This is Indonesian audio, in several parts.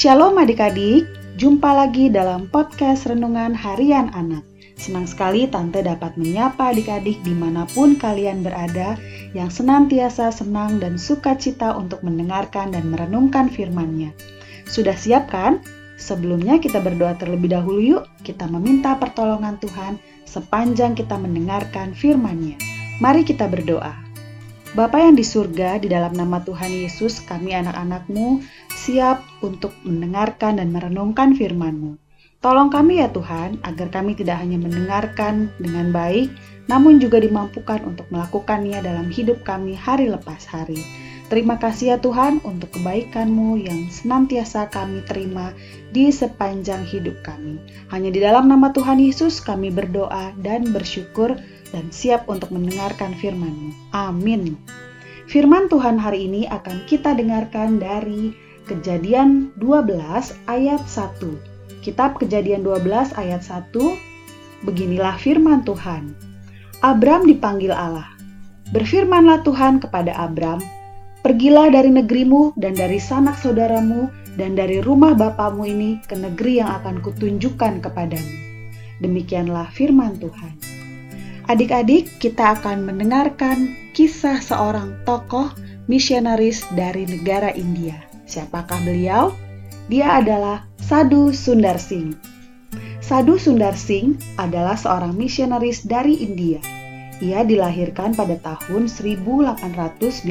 Shalom adik-adik, jumpa lagi dalam podcast Renungan Harian Anak. Senang sekali Tante dapat menyapa adik-adik dimanapun kalian berada yang senantiasa senang dan sukacita untuk mendengarkan dan merenungkan firman-Nya. Sudah siap kan? Sebelumnya kita berdoa terlebih dahulu yuk, kita meminta pertolongan Tuhan sepanjang kita mendengarkan firman-Nya. Mari kita berdoa. Bapa yang di surga, di dalam nama Tuhan Yesus, kami anak-anak-Mu siap untuk mendengarkan dan merenungkan firman-Mu. Tolong kami ya Tuhan, agar kami tidak hanya mendengarkan dengan baik, namun juga dimampukan untuk melakukannya dalam hidup kami hari lepas hari. Terima kasih ya Tuhan untuk kebaikan-Mu yang senantiasa kami terima di sepanjang hidup kami. Hanya di dalam nama Tuhan Yesus kami berdoa dan bersyukur dan siap untuk mendengarkan firman-Mu. Amin. Firman Tuhan hari ini akan kita dengarkan dari Kejadian 12 ayat 1. Kitab Kejadian 12 ayat 1, beginilah firman Tuhan. Abram dipanggil Allah. Berfirmanlah Tuhan kepada Abram, pergilah dari negerimu dan dari sanak saudaramu dan dari rumah bapamu ini ke negeri yang akan kutunjukkan kepadamu. Demikianlah firman Tuhan. Adik-adik, kita akan mendengarkan kisah seorang tokoh misionaris dari negara India. Siapakah beliau? Dia adalah Sadhu Sundar Singh. Sadhu Sundar Singh adalah seorang misionaris dari India. Ia dilahirkan pada tahun 1889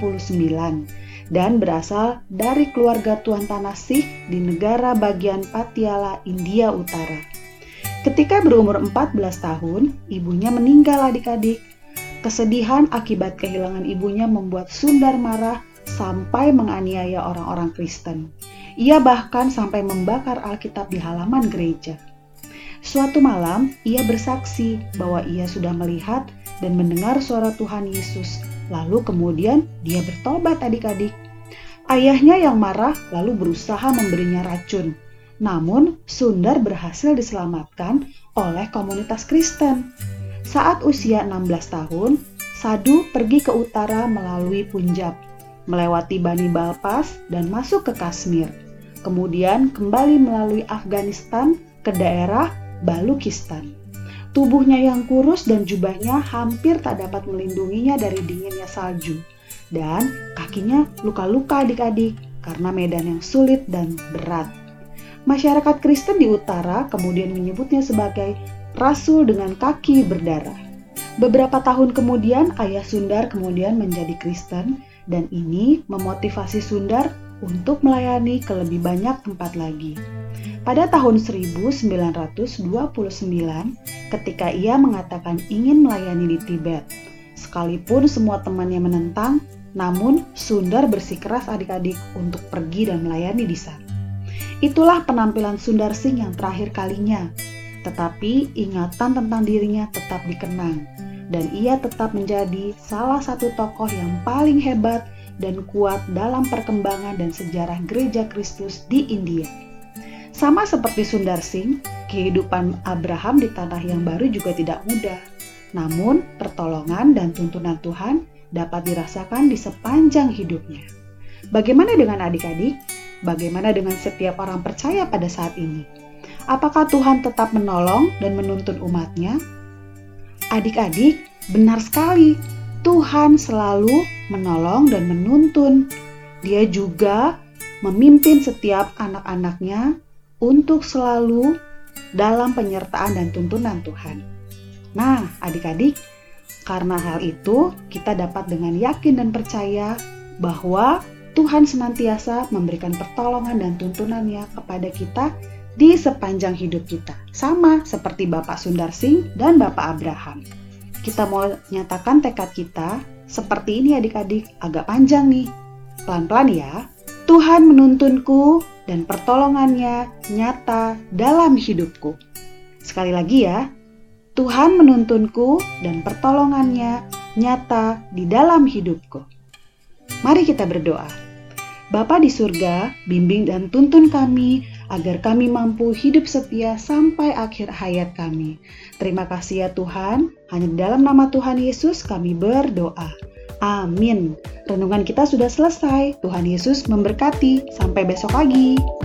dan berasal dari keluarga tuan tanah Sikh di negara bagian Patiala, India Utara. Ketika berumur 14 tahun, ibunya meninggal adik-adik. Kesedihan akibat kehilangan ibunya membuat Sundar marah sampai menganiaya orang-orang Kristen. Ia bahkan sampai membakar Alkitab di halaman gereja. Suatu malam, ia bersaksi bahwa ia sudah melihat dan mendengar suara Tuhan Yesus. Lalu kemudian dia bertobat adik-adik. Ayahnya yang marah lalu berusaha memberinya racun. Namun, Sundar berhasil diselamatkan oleh komunitas Kristen. Saat usia 16 tahun, Sadhu pergi ke utara melalui Punjab, melewati Bani Balpas dan masuk ke Kashmir. Kemudian kembali melalui Afghanistan ke daerah Balukistan. Tubuhnya yang kurus dan jubahnya hampir tak dapat melindunginya dari dinginnya salju. Dan kakinya luka-luka adik-adik karena medan yang sulit dan berat. Masyarakat Kristen di utara kemudian menyebutnya sebagai Rasul dengan kaki berdarah. Beberapa tahun kemudian ayah Sundar kemudian menjadi Kristen dan ini memotivasi Sundar untuk melayani ke lebih banyak tempat lagi. Pada tahun 1929 ketika ia mengatakan ingin melayani di Tibet, sekalipun semua temannya menentang, namun Sundar bersikeras adik-adik untuk pergi dan melayani di sana. Itulah penampilan Sundar Singh yang terakhir kalinya, tetapi ingatan tentang dirinya tetap dikenang, dan ia tetap menjadi salah satu tokoh yang paling hebat dan kuat dalam perkembangan dan sejarah Gereja Kristus di India. Sama seperti Sundar Singh, kehidupan Abraham di tanah yang baru juga tidak mudah. Namun, pertolongan dan tuntunan Tuhan dapat dirasakan di sepanjang hidupnya. Bagaimana dengan adik-adik? Bagaimana dengan setiap orang percaya pada saat ini? Apakah Tuhan tetap menolong dan menuntun umat-Nya? Adik-adik, benar sekali. Tuhan selalu menolong dan menuntun. Dia juga memimpin setiap anak-anak-Nya untuk selalu dalam penyertaan dan tuntunan Tuhan. Nah, adik-adik, karena hal itu kita dapat dengan yakin dan percaya bahwa Tuhan senantiasa memberikan pertolongan dan tuntunannya kepada kita di sepanjang hidup kita. Sama seperti Bapak Sundar Singh dan Bapak Abraham. Kita mau nyatakan tekad kita seperti ini adik-adik, agak panjang nih. Pelan-pelan ya. Tuhan menuntunku dan pertolongannya nyata dalam hidupku. Sekali lagi ya. Tuhan menuntunku dan pertolongannya nyata di dalam hidupku. Mari kita berdoa. Bapa di surga, bimbing dan tuntun kami agar kami mampu hidup setia sampai akhir hayat kami. Terima kasih ya Tuhan, hanya dalam nama Tuhan Yesus kami berdoa. Amin. Renungan kita sudah selesai. Tuhan Yesus memberkati. Sampai besok pagi.